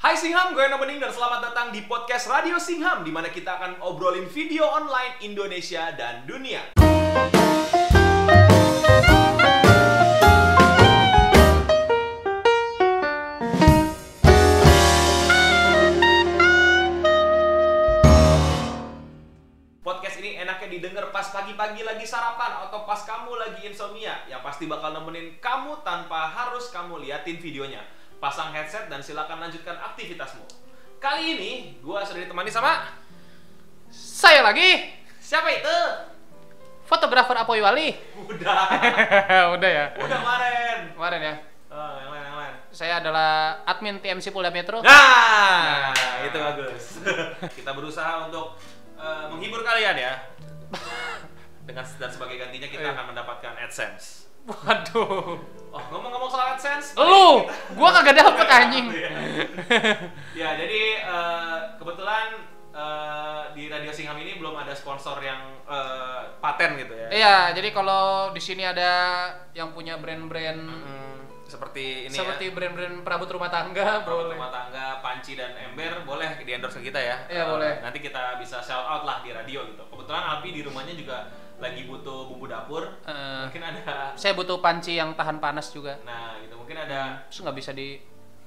Hai Singham, gue Eno Bening dan selamat datang di podcast Radio Singham, di mana kita akan obrolin video online Indonesia dan dunia. Podcast ini enaknya didengar pas pagi-pagi lagi sarapan atau pas kamu lagi insomnia, yang pasti bakal nemenin kamu tanpa harus kamu liatin videonya. Pasang headset dan silakan lanjutkan aktivitasmu. Kali ini gue sudah ditemani sama Saya lagi siapa itu? fotografer Apoy Wali. Udah. Udah ya. Udah kemarin. Kemarin ya. Yang lain. Saya adalah admin TMC Polda Metro. Nah, itu bagus. Kita berusaha untuk menghibur kalian ya. Dan sebagai gantinya kita akan mendapatkan AdSense. Waduh. Oh, ngomong-ngomong soal AdSense, Lu, gua kagak dapet anjing. Ya, jadi kebetulan di Radio Singham ini belum ada sponsor yang paten gitu ya. Iya, jadi kalau di sini ada yang punya brand-brand seperti ini seperti ya. brand-brand perabot rumah tangga, Perabot boleh. rumah tangga, panci dan ember boleh di endorse ke kita ya. Iya, boleh. Nanti kita bisa shout out lah di radio gitu. Kebetulan Alpi di rumahnya juga lagi butuh bumbu dapur. Mungkin ada. Saya butuh panci yang tahan panas juga. Nah, gitu. Mungkin ada. Terus nggak bisa di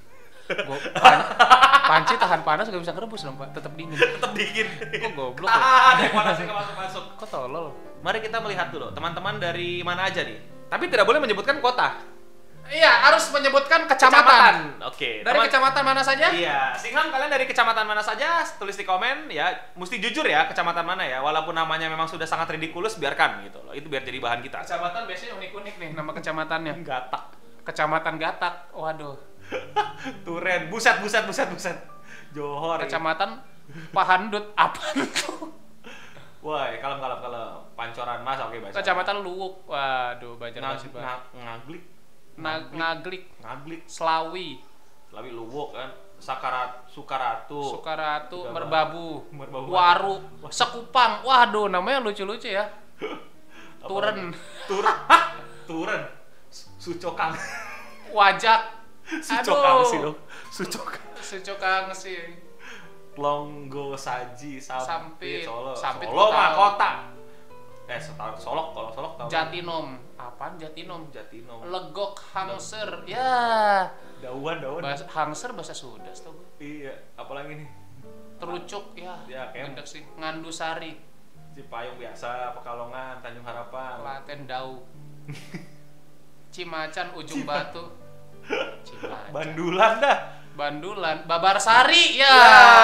panci tahan panas nggak bisa ngerebus dong, Pak. Tetap dingin. Tetap dingin. Kok goblok ya? Ada panasnya masuk. Kok tolol? Mari kita melihat dulu teman-teman dari mana aja nih. Tapi tidak boleh menyebutkan kota. Iya, harus menyebutkan kecamatan. Oke. Dari kecamatan mana saja? Iya, Singham kalian dari kecamatan mana saja? Tulis di komen ya. Mesti jujur ya kecamatan mana ya. Walaupun namanya memang sudah sangat ridiculous, biarkan gitu loh. Itu biar jadi bahan kita. Kecamatan biasanya unik-unik nih nama kecamatannya. Gatak. Kecamatan Gatak. Waduh. Turen. Buset. Johor. Kecamatan Pahandut. Apa itu? Woi, kalem. Pancoran Mas, oke bahasa. Kecamatan Luwuk. Waduh, Banjarmasin. Ngaglik. Ngaglik. Slawi Luwuk kan. Sukaratu. Merbabu. Waru. Sekupang. Waduh, namanya lucu-lucu ya. Turen. Turen. Sucokang. Wajak. Sucokang sih dong. Sucokang sih. Longgo Saji Sampit Solo mah kota. Solok tahu. Jatinom. Apaan Jatinom? Legok Hangser. Ya. Daun. Hangser bahasa Sunda tau gue. Iya, apalagi nih? Terucuk ya. Ya, gendek sih. Ngandusari. Cipayung biasa, Pekalongan, Tanjung Harapan. Klaten Dau. Cimacan Ujung Batu. Cimacan. Bandulan, Babarsari ya.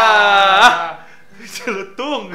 Celutung.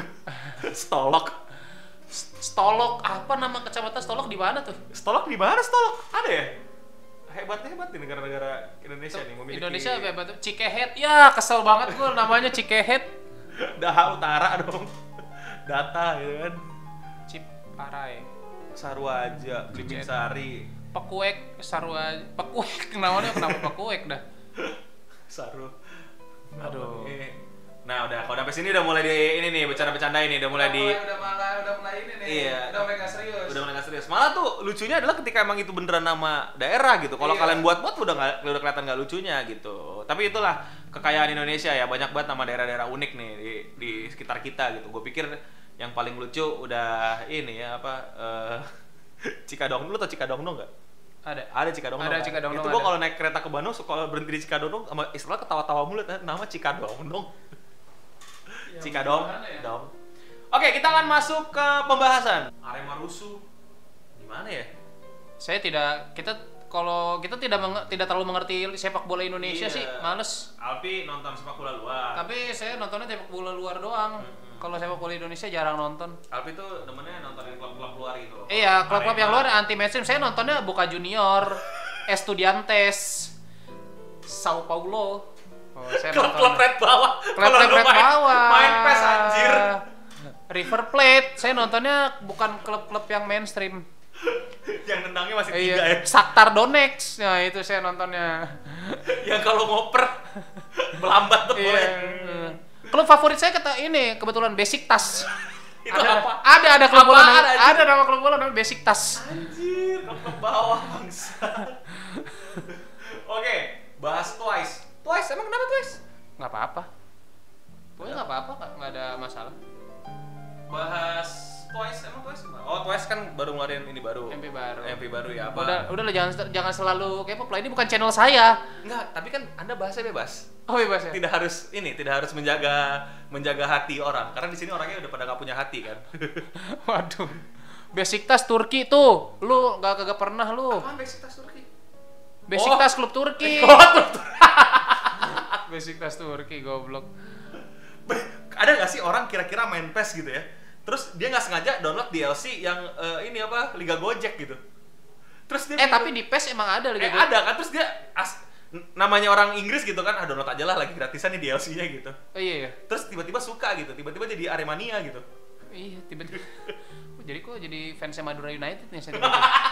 Stolok, apa nama kecamatan Stolok di mana tuh? Stolok di mana Stolok? Ada ya? Hebat nih negara-negara Indonesia nih memiliki. Indonesia hebat. Cikehet. Ya, kesel banget gue namanya Cikehet. Daha Utara dong. Data gitu kan. Ciparai. Sarwaja, Blimbing Sari. Pekuek, Sarwaja. Pekuek, kenapa Pekuek dah? Saru. Aduh. Nah, udah kalau sampai sini udah mulai di ini nih bercanda-bercanda ini, udah mulai ini nih. Iya. Udah mulai gak serius. Malah tuh lucunya adalah ketika emang itu beneran nama daerah gitu. Kalau kalian buat udah kelihatan nggak lucunya gitu. Tapi itulah kekayaan Indonesia ya, banyak banget nama daerah-daerah unik nih di sekitar kita gitu. Gue pikir yang paling lucu udah ini ya Cikadong. Lu tau Cikadong nggak? Ada Cikadong. Ada Cikadong. Itu gue kalau naik kereta ke Bandung suka berhenti di Cikadong sama istilah ketawa-tawa mulut nama Cikadong dong. Cikadong. Dong. Oke, kita akan masuk ke pembahasan. Arema rusuh. Gimana ya? Kita tidak terlalu mengerti sepak bola Indonesia sih, males. Alpi nonton sepak bola luar. Tapi saya nontonnya sepak bola luar doang. Kalau sepak bola Indonesia jarang nonton. Alpi tuh demennya nontonin klub-klub luar gitu loh. Iya, klub-klub yang luar anti mainstream. Saya nontonnya Boca Junior, Estudiantes, Sao Paulo. Klub-klub red bawah. Klub-klub red bawah. Main PES anjir. River Plate. Saya nontonnya bukan klub-klub yang mainstream. Yang tendangnya masih 3 ya. Shakhtar Donetsk. Nah, itu saya nontonnya. Yang kalau ngoper melambat tuh boleh. Klub favorit saya kebetulan Besiktas. Itu apa? Ada klub bola ada nama klub bola namanya Besiktas. Anjir, klub bawah bangsa. Oke, bahas Twice. Twice, emang kenapa Twice? Nggak apa-apa. Pokoknya nggak apa-apa, nggak ada masalah. Bahas Twice, emang Twice gimana? Oh, Twice kan baru ngeluarin ini baru. MP baru. MP baru ya, apa? Udah lah, jangan selalu K-pop lah, ini bukan channel saya. Enggak, tapi kan Anda bahasnya bebas. Oh, bebas ya? Tidak harus menjaga hati orang. Karena di sini orangnya udah pada nggak punya hati kan. Waduh. Besiktas Turki tuh. Lu kagak pernah lu. Apaan Besiktas Turki? Besiktas klub Turki. Oh, Besiktas Turki goblok. Ada nggak sih orang kira-kira main PES gitu ya? Terus dia nggak sengaja download DLC yang ini apa Liga Gojek gitu. Terus dia tapi di PES emang ada Liga Gojek. Ada kan, terus dia namanya orang Inggris gitu kan, download aja lah lagi gratisan nih DLC-nya gitu. Oh iya. Terus tiba-tiba suka gitu, tiba-tiba jadi Aremania gitu. Iya, tiba-tiba. Kok jadi fansnya Madura United nih saya.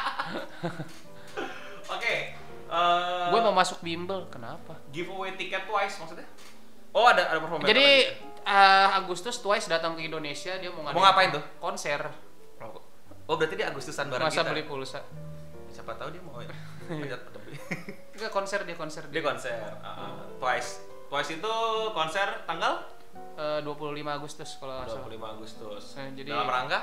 Oke. Gue mau masuk bimbel, kenapa? Giveaway tiket Twice maksudnya? Oh, ada performa. Jadi Agustus Twice datang ke Indonesia, dia mau ngapain tuh? Konser. Oh, berarti dia Agustusan bareng kita. Masa beli pulsa. Siapa tahu dia mau pencet tepi. Enggak, konser. Dia konser. Twice itu konser tanggal 25 Agustus kalau nggak salah. 25 Agustus. Jadi dalam rangka?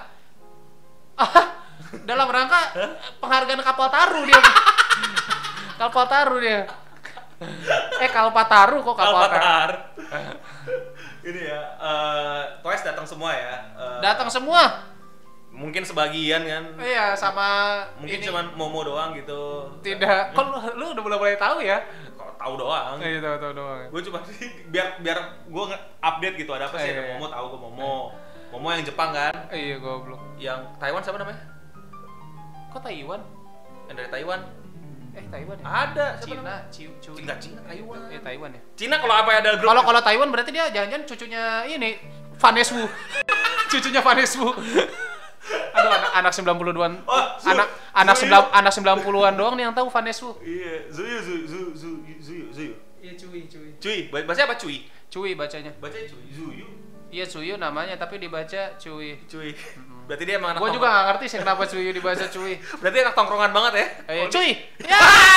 Dalam rangka penghargaan kapal taru dia. Kapal taru dia. Kalpataru kok Kalpatar. Ini ya, Twice datang semua ya. Datang semua. Mungkin sebagian kan. Iya, sama mungkin cuman Momo doang gitu. Tidak. Kok lu udah mulai tahu ya? Kok tahu doang. Iya, tahu doang. Gue cuma biar gue update gitu, ada apa sih? Ada Momo, tahu gue Momo. Momo yang Jepang kan? Iya, goblok. Yang Taiwan siapa namanya? Kok Taiwan? Yang dari Taiwan. Taiwan ya? Ada, Cina, Cina, Taiwan. Taiwan ya. Cina kalau apa ada grup. Kalau Taiwan berarti dia jangan-jangan cucunya ini Vanessa Wu. Cucunya Vanessa Wu. Aduh, anak 92-an. Oh, anak 90-an doang nih yang tahu Vanessa Wu. Iya, Zuyu. Iya, Cuy, baca apa Cuy? Cuy bacanya. Bacanya Cuy, Zuyu. Iya, Cuy namanya tapi dibaca Cuy. Berarti dia emang anak. Gua juga nggak ngerti sih kenapa Cuy dibaca Cuy. Berarti anak tongkrongan banget ya? Cuy. Ya.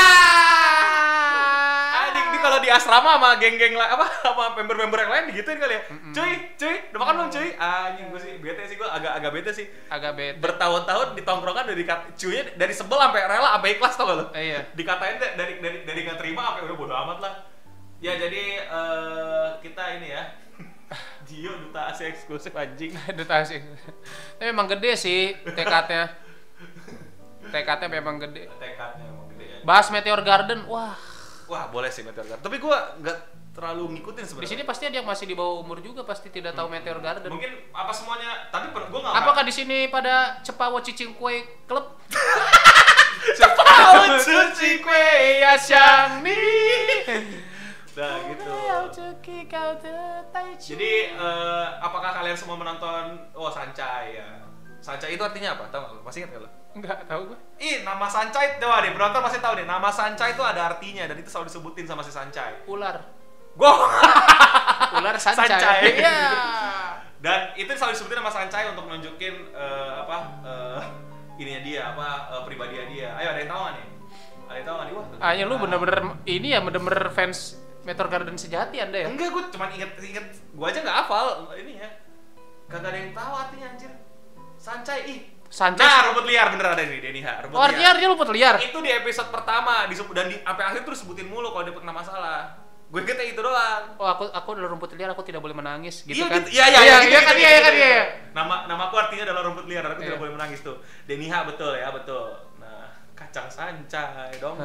Ini kalau di asrama sama geng-geng sama member-member yang lain digituin kali ya. Cuy, udah makan belum cuy? Anjing gue sih bete sih, gue agak bete sih. Agak bete. Bertahun-tahun di tongkrongan cuynya dari sebel sampai rela sampai ikhlas tau gak lo? Iya. Dikatain dari nggak terima sampai udah bodo amat lah. Ya jadi kita ini ya. Gio duta AC eksklusif anjing. Duta AC. Tapi memang gede sih tekadnya. Tekadnya memang gede. Ya. Bahas Meteor Garden, wah boleh sih Meteor Garden. Tapi gue nggak terlalu ngikutin sebenarnya. Di sini pasti ada yang masih di bawah umur juga, pasti tidak tahu Meteor Garden. Mungkin apa semuanya? Tapi gue nggak. Apakah di sini pada Cepawo Cicing Kue Club? Cepawo Cicing Kue ya Xiang Ni. Nah gitu. Jadi apakah kalian semua menonton Sancai ya? Sancai itu artinya apa? Tahu nggak lo? Masih ingat nggak lo? Enggak tahu gue. Nama Sancai, coba deh penonton pasti tahu deh. Nama Sancai itu ada artinya dan itu selalu disebutin sama si Sancai. Ular. Ular Sancai. Iya. Dan itu selalu disebutin sama Sancai untuk nunjukin ininya dia, pribadinya dia. Ayo, ada yang tahu nggak nih? Ada yang tahu nggak nih? Wah. Ya lu bener-bener ini ya, bener-bener fans Meteor Garden sejati Anda ya? Enggak, gue cuma inget, gue aja nggak hafal ini ya. Kagak ada yang tahu artinya anjir. Sancai, Sancai. Nah, rumput liar bener ada nih, Deniha. Artinya rumput liar. Itu di episode pertama dan sampai akhir tuh disebutin mulu kalau dia pernah masalah. Gue ingetnya itu doang. Oh, aku adalah rumput liar, aku tidak boleh menangis gitu kan. Iya kan. Nama aku artinya adalah rumput liar, aku tidak boleh menangis tuh. Deniha betul ya, betul. Nah, kacang Sancai dong.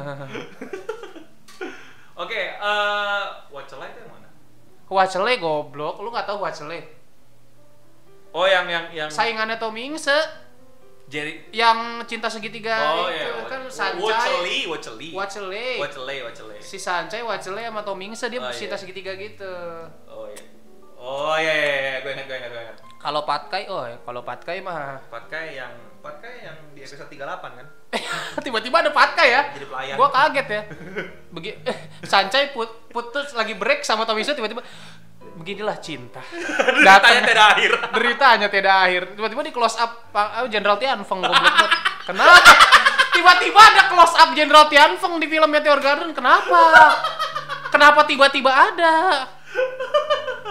Oke, Wacela itu yang mana? Wacela goblok, lu enggak tahu Wacela? Oh, yang saingannya Tommy Ingse. Jerry yang cinta segitiga itu kan Sancai. Wacela. Si Sancai Wacela sama Tommy Ingse dia cinta segitiga gitu. Oh iya, gue ingat. Kalau Patkai, mah Patkai yang di episode 38 kan? Tiba-tiba ada Patkai ya? Jadi pelayan. Gua kaget ya. Sancai putus lagi break sama Tommy Ingse, tiba-tiba beginilah cinta. Deritanya tidak akhir. Deritanya tidak akhir. Tiba-tiba di close up Jenderal Tianfeng goblok. Kenapa? Tiba-tiba ada close up Jenderal Tianfeng di film Meteor Garden. Kenapa? Kenapa tiba-tiba ada?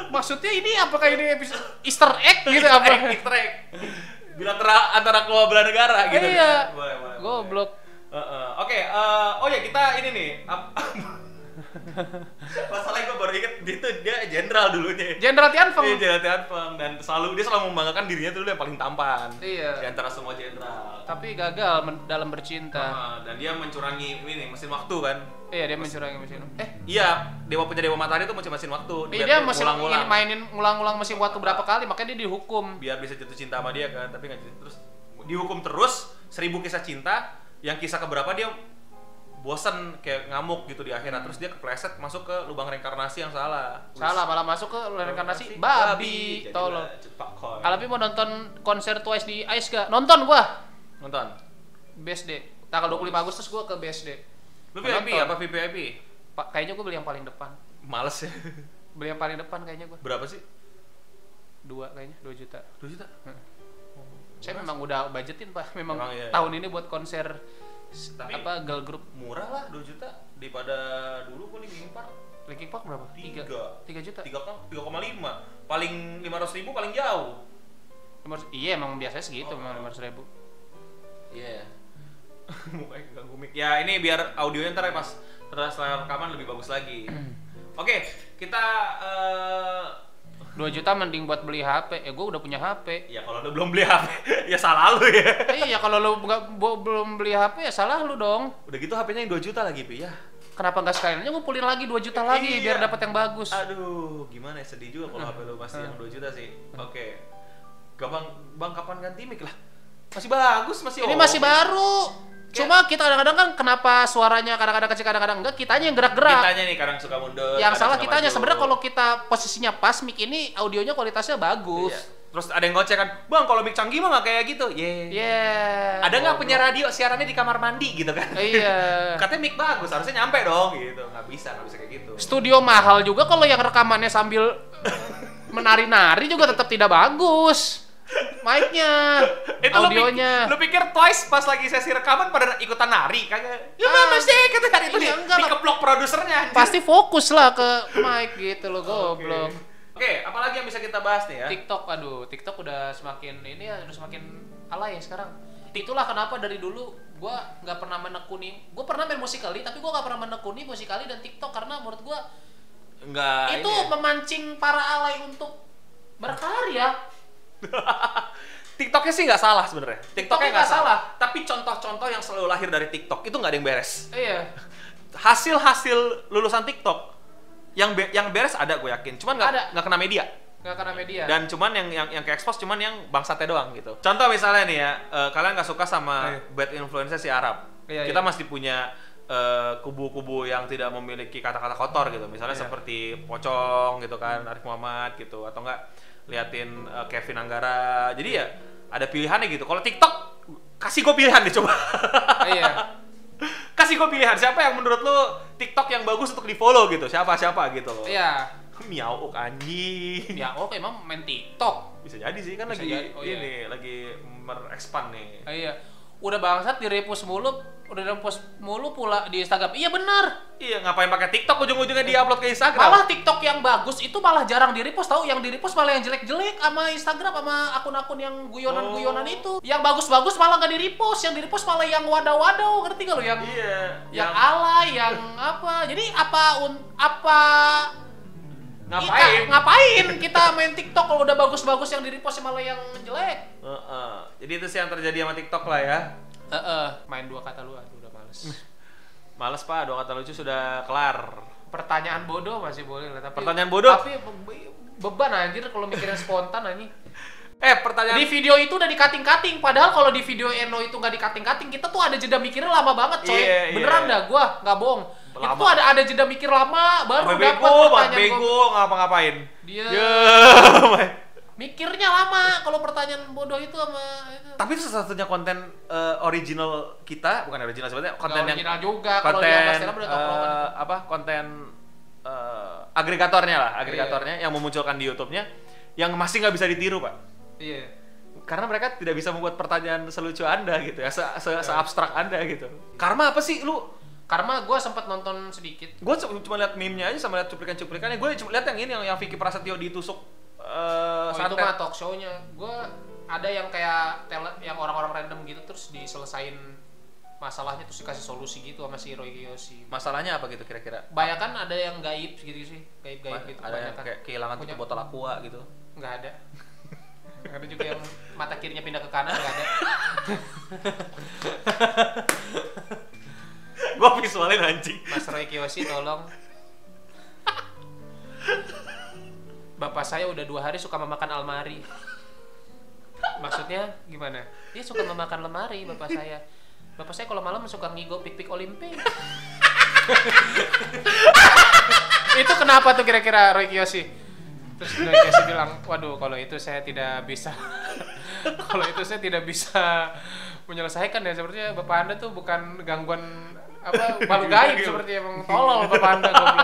Maksudnya ini apakah ini episode Easter egg gitu apa? Easter egg. Bilateral antara kedua belah negara gitu. Iya. Boleh. Goblok. Oke, oh ya kita ini nih. Masalahnya gue baru inget dia jenderal dulunya. Jenderal Tianfeng. Iya, Jenderal Tianfeng dan dia selalu membanggakan dirinya dulu yang paling tampan. Iya. Di antara semua jenderal. Tapi gagal dalam bercinta. Dan dia mencurangi ini mesin waktu kan. Iya, dia mencurangi mesin. Iya, Dewa Matahari itu mesin waktu. Dia mesin mainin ngulang-ulang mesin waktu berapa kali, makanya dia dihukum. Biar bisa jatuh cinta sama dia kan, tapi nggak terus dihukum terus 1000 kisah cinta. Yang kisah keberapa dia bosan kayak ngamuk gitu di akhirat, terus dia kepleset masuk ke lubang reinkarnasi yang salah. Malah masuk ke reinkarnasi babi. Tolong. Kalau mau nonton konser Twice di Ice gak? Nonton gua. Nonton. BSD. Tanggal 25 Agustus gua ke BSD. Lu VIP apa VIP? Kayaknya gua beli yang paling depan. Males ya. Beli yang paling depan kayaknya gua. Berapa sih? 2 kayaknya, 2 juta. 2 juta? Saya memang udah budgetin, Pak. Memang iya. Tahun ini buat konser tapi girl group. Murah lah 2 juta daripada dulu gua Linkin Park. Linkin Park berapa? 3 juta. 3,5. Paling 500.000 paling jauh. Iya, emang biasanya segitu, memang 500.000. Iya. Mukanya ganggu mic. Ya ini biar audionya ntar pas setelah rekaman lebih bagus lagi. Oke, kita 2 juta mending buat beli HP. Gue udah punya HP. Ya kalau lu belum beli HP, ya salah lu ya. Iya, kalau lu belum beli HP ya salah lu dong. Udah gitu HP-nya yang 2 juta lagi, Pi ya. Kenapa nggak sekalian aja ngumpulin lagi 2 juta lagi biar dapat yang bagus. Aduh, gimana ya, sedih juga kalau HP lu masih yang 2 juta sih. Oke. Bang kapan ganti mic lah? Masih bagus, Ini masih baru. Cuma kita kadang-kadang kan kenapa suaranya kadang-kadang kecil kadang-kadang enggak, kitanya yang gerak-gerak. Kitanya nih kadang suka mundur. Yang salah kitanya. Sebenarnya kalau kita posisinya pas, mic ini audionya kualitasnya bagus. Iya. Terus ada yang ngoceh kan, "Bang, kalau mic canggih mah nggak kayak gitu." Ada nggak punya radio siarannya di kamar mandi gitu kan? Iya. Katanya mic bagus, harusnya nyampe dong gitu. Nggak bisa kayak gitu. Studio mahal juga kalau yang rekamannya sambil menari-nari juga tetap tidak bagus. Mic-nya, audionya. Lu pikir Twice pas lagi sesi rekaman pada ikutan nari kagak? Ya mesti kata itu dikeblok produsernya. Pasti fokus lah ke mic gitu loh, goblok. Oke, apalagi yang bisa kita bahas nih ya? TikTok udah semakin alay ya sekarang. Itulah kenapa dari dulu gua nggak pernah menekuni. Gua pernah main Musical.ly, tapi gua nggak pernah menekuni Musical.ly dan TikTok karena menurut gua itu memancing para alay untuk berkarya. TikToknya sih nggak salah sebenarnya. TikToknya nggak salah. Tapi contoh-contoh yang selalu lahir dari TikTok itu nggak ada yang beres. Iya. Hasil lulusan TikTok yang beres ada, gue yakin. Cuman nggak kena media. Nggak kena media. Dan cuman yang ke expose cuman yang bangsatnya doang gitu. Contoh misalnya nih ya, kalian nggak suka sama bad influence si Arab. Kita masih punya kubu-kubu yang tidak memiliki kata-kata kotor gitu. Misalnya seperti Pocong gitu kan, Arif Muhammad gitu, atau enggak liatin Kevin Anggara. Jadi ya ada pilihannya gitu. Kalau TikTok kasih gue pilihan deh coba. Iya. Kasih gue pilihan siapa yang menurut lu TikTok yang bagus untuk di-follow gitu. Siapa gitu loh. Iya. Miauk anjing. Miauk emang main TikTok. Bisa jadi sih kan lagi merexpand nih. Iya. Udah bangsat di-repost mulu pula di Instagram. Iya benar. Iya, ngapain pakai TikTok ujung-ujungnya di-upload ke Instagram? Malah TikTok yang bagus itu malah jarang di-repost, tahu? Yang di-repost malah yang jelek-jelek sama Instagram sama akun-akun yang guyonan-guyonan itu. Yang bagus-bagus malah nggak di-repost, yang di-repost malah yang wadaw-wadaw, ngerti nggak lo? Yang alay, yang apa? Jadi ngapain kita main TikTok kalau udah bagus-bagus yang di-repost malah yang jelek? Jadi itu sih yang terjadi sama TikTok lah ya. Main 2 kata lu, udah males. Males Pak, 2 kata lucu sudah kelar. Pertanyaan bodoh masih boleh lah, tapi pertanyaan bodoh? Tapi beban anjir kalau mikirin spontan anjing. Pertanyaan di video itu udah di-cutting-cutting, padahal kalau di video Eno itu nggak di-cutting-cutting, kita tuh ada jeda mikirnya lama banget, coy. Beneran dah, gua nggak bohong. Itu tuh ada jeda mikir lama baru dapat pertanyaan bego ngapa-ngapain. Dia mikirnya lama kalau pertanyaan bodoh itu sama itu. Tapi itu satu-satunya konten original kita, bukan original sebenarnya, konten yang original juga konten agregatornya yang memunculkan di YouTube-nya yang masih nggak bisa ditiru, Pak. Iya. Karena mereka tidak bisa membuat pertanyaan selucu Anda gitu ya, seabstrak Anda gitu. Karma apa sih? Lu Karma gue sempat nonton sedikit. Gue cuma lihat meme-nya aja sama lihat cuplikan-cuplikannya. Gue cuma lihat yang ini yang Vicky Prasetyo ditusuk itu mah talk show-nya. Gue ada yang kayak yang orang-orang random gitu terus diselesain masalahnya terus dikasih solusi gitu sama si Roy Kiyoshi. Masalahnya apa gitu kira-kira? Banyakan ada yang gaib gitu sih, gaib-gaib gitu. Ada yang kayak kehilangan tutup botol aqua gitu. Nggak ada. Ada juga yang mata kirinya pindah ke kanan, nggak ada. Gua visualin anjing. Mas Roy Kiyoshi tolong. Bapak saya udah 2 hari suka memakan almari. Maksudnya gimana? Dia suka memakan lemari bapak saya. Bapak saya kalau malam suka ngigo pik-pik Olimpe. Itu kenapa tuh kira-kira Roy Kiyoshi? Terus Roy Kiyoshi bilang, waduh kalau itu saya tidak bisa. Kalau itu saya tidak bisa menyelesaikan ya. Sepertinya bapak anda tuh bukan gangguan apa malu gaib seperti emang tolol bapak anda goblok.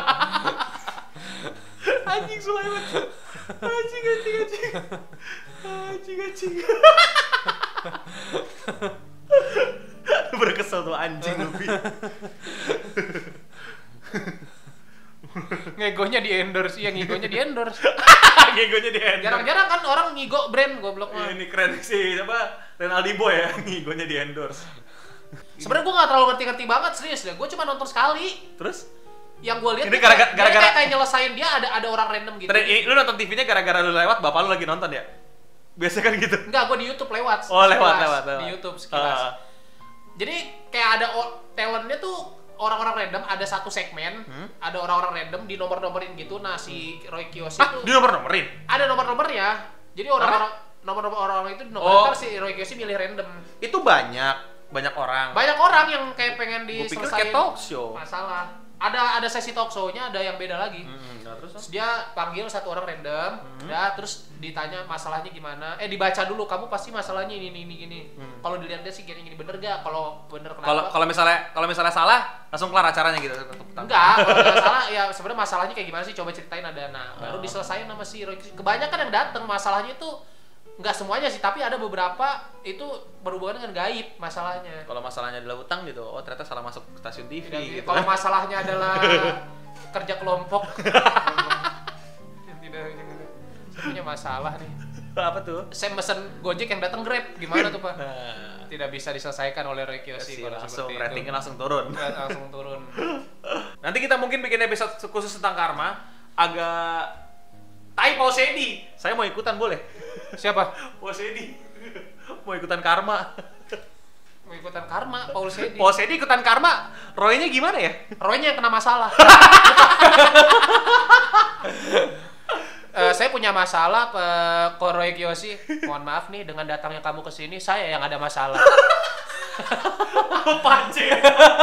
Anjing Sulaiman. Anjing. Berkesel tuh anjing Luffy. Ngegonya di endorse, iya ngigonya di endorse. Ngigonya di endorse. Jarang-jarang kan orang ngigo brand goblok mah. Ini keren sih, apa Renaldi Boy ya, ngigonya di endorse. Sebenarnya gue nggak terlalu ngerti-ngerti banget serius deh. Gue cuma nonton sekali. Terus? Yang gue lihat ini gara-gara kayak nyelesain dia ada orang random gitu. Ini lu nonton TV-nya gara-gara lu lewat bapak lu lagi nonton ya? Biasa kan gitu. Enggak, gue di YouTube lewat. Oh, lewat. Di YouTube sekilas. Jadi kayak ada talentnya tuh orang-orang random, ada satu segmen, ada orang-orang random di nomor-nomorin gitu. Nah, si Roy Kiyoshi itu di nomor-nomorin? Ada nomor-nomornya. Jadi orang-orang itu nomor si Roy Kiyoshi milih random. Itu banyak orang. Banyak orang yang kayak pengen kayak diselesain talk show. Masalah. Ada sesi talk show-nya, ada yang beda lagi. Nah, terus dia panggil satu orang random, terus ditanya masalahnya gimana. Dibaca dulu, kamu pasti masalahnya ini. Kalau dilihat dia sih gini bener gak? Kalau bener kenapa? Kalau misalnya salah, langsung kelar acaranya gitu. Enggak, kalau salah ya sebenarnya masalahnya kayak gimana sih? Coba ceritain ada. Nah, baru diselesain sama si Roy. Kebanyakan yang datang masalahnya itu nggak semuanya sih, tapi ada beberapa itu berhubungan dengan gaib masalahnya. Kalau masalahnya adalah utang gitu, oh ternyata salah masuk stasiun TV gitu. Kalau masalahnya adalah kerja kelompok. Tidak punya masalah nih. Apa tuh? Saya mesen Gojek yang datang Grab, gimana tuh Pak? Tidak bisa diselesaikan oleh Roy Kiyoshi kalau langsung seperti ratingnya itu. langsung turun. Nanti kita mungkin bikin episode khusus tentang karma, agak Paul Sedi. Saya mau ikutan boleh? Siapa? Paul Sedi. Mau ikutan karma. Mau ikutan karma, Paul Sedi. Paul Sedi ikutan karma. Roy-nya gimana ya? Roy-nya yang kena masalah. Saya punya masalah ke Roy Kiyoshi. Mohon maaf nih dengan datangnya kamu ke sini, saya yang ada masalah. Pancing.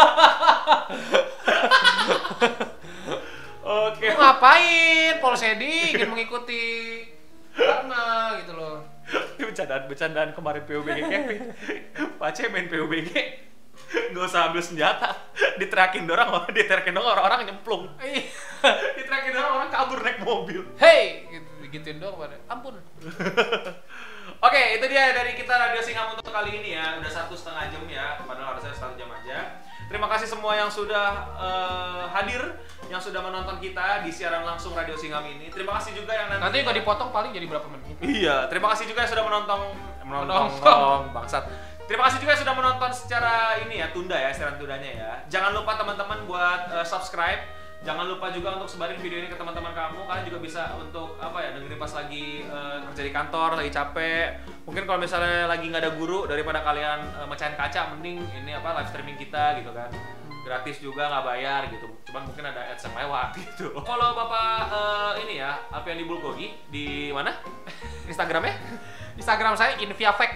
Oke. Lu ngapain, Paul Sedi ingin mengikuti karma gitu loh. Bercandaan kemarin PUBG Kevin. Pace main PUBG nggak usah ambil senjata, diterakin doang orang-orang nyemplung. Diterakin orang kabur naik mobil. Hey, gituin doang pada. Ampun. Oke, itu dia dari kita Radio Singham untuk kali ini ya. Udah 1,5 jam ya, padahal harusnya 1 jam aja. Terima kasih semua yang sudah hadir, yang sudah menonton kita di siaran langsung Radio Singham ini. Terima kasih juga yang nanti nggak dipotong paling jadi berapa menit. Iya, terima kasih juga yang sudah menonton bangsat. Terima kasih juga yang sudah menonton secara ini ya, tunda ya, siaran tundanya ya. Jangan lupa teman-teman buat subscribe. Jangan lupa juga untuk sebarin video ini ke teman-teman kamu. Kalian juga bisa untuk dengerin pas lagi kerja di kantor, lagi capek. Mungkin kalau misalnya lagi nggak ada guru, daripada kalian mecahin kaca, mending ini live streaming kita gitu kan. Gratis juga, nggak bayar gitu. Cuman mungkin ada ads yang lewat gitu. Kalau Bapak ini ya, Alfiandi Bulgogi di mana? Instagramnya? Instagram saya Inviafek.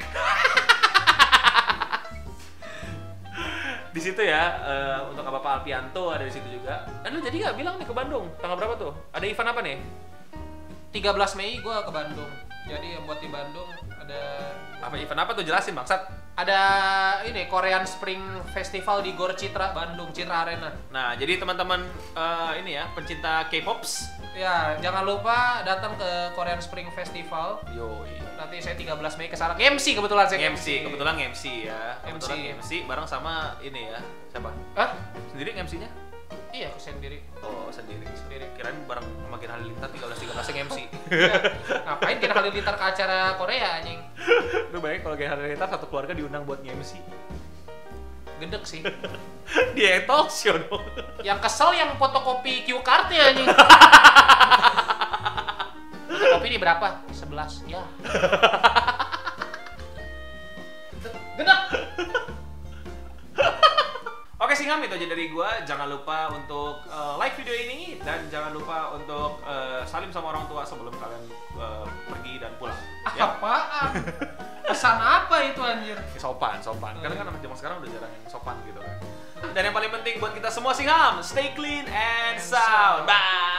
Di situ ya, untuk Bapak Alpianto ada di situ juga. Lu jadi nggak bilang nih ke Bandung? Tanggal berapa tuh? Ada event apa nih? 13 Mei gue ke Bandung. Jadi yang buat di Bandung ada apa event apa tuh, jelasin maksud? Ada ini Korean Spring Festival di Gor Citra Bandung, Citra Arena. Nah, jadi teman-teman ini ya, pencinta K-pops Ya, jangan lupa datang ke Korean Spring Festival. Yoi. Nanti saya 13 Mei ke sana. MC kebetulan saya. Kebetulan MC ya. Kebetulan MC bareng sama ini ya. Siapa? Hah? Sendiri MC-nya? Iya, aku sendiri. Oh, sendiri. Kirain bareng sama Gen Halilintar 13 yang MC. Ya, ngapain Gen Halilintar ke acara Korea anjing? Itu baik kalau Gen Halilintar satu keluarga diundang buat MC. Gedek sih. Dia talk show dong. Yang kesel yang fotokopi cue card-nya anjing. Fotokopi ini berapa? 11. Ya. Gedek. Oke Singham, itu aja dari gua. Jangan lupa untuk like video ini dan jangan lupa untuk salim sama orang tua sebelum kalian pergi dan pulang. Ya? Apaan? Pesan apa itu anjir? Sopan. Karena kan anak zaman sekarang udah jarang yang sopan gitu kan. Dan yang paling penting buat kita semua Singham, stay clean and sound. Bye.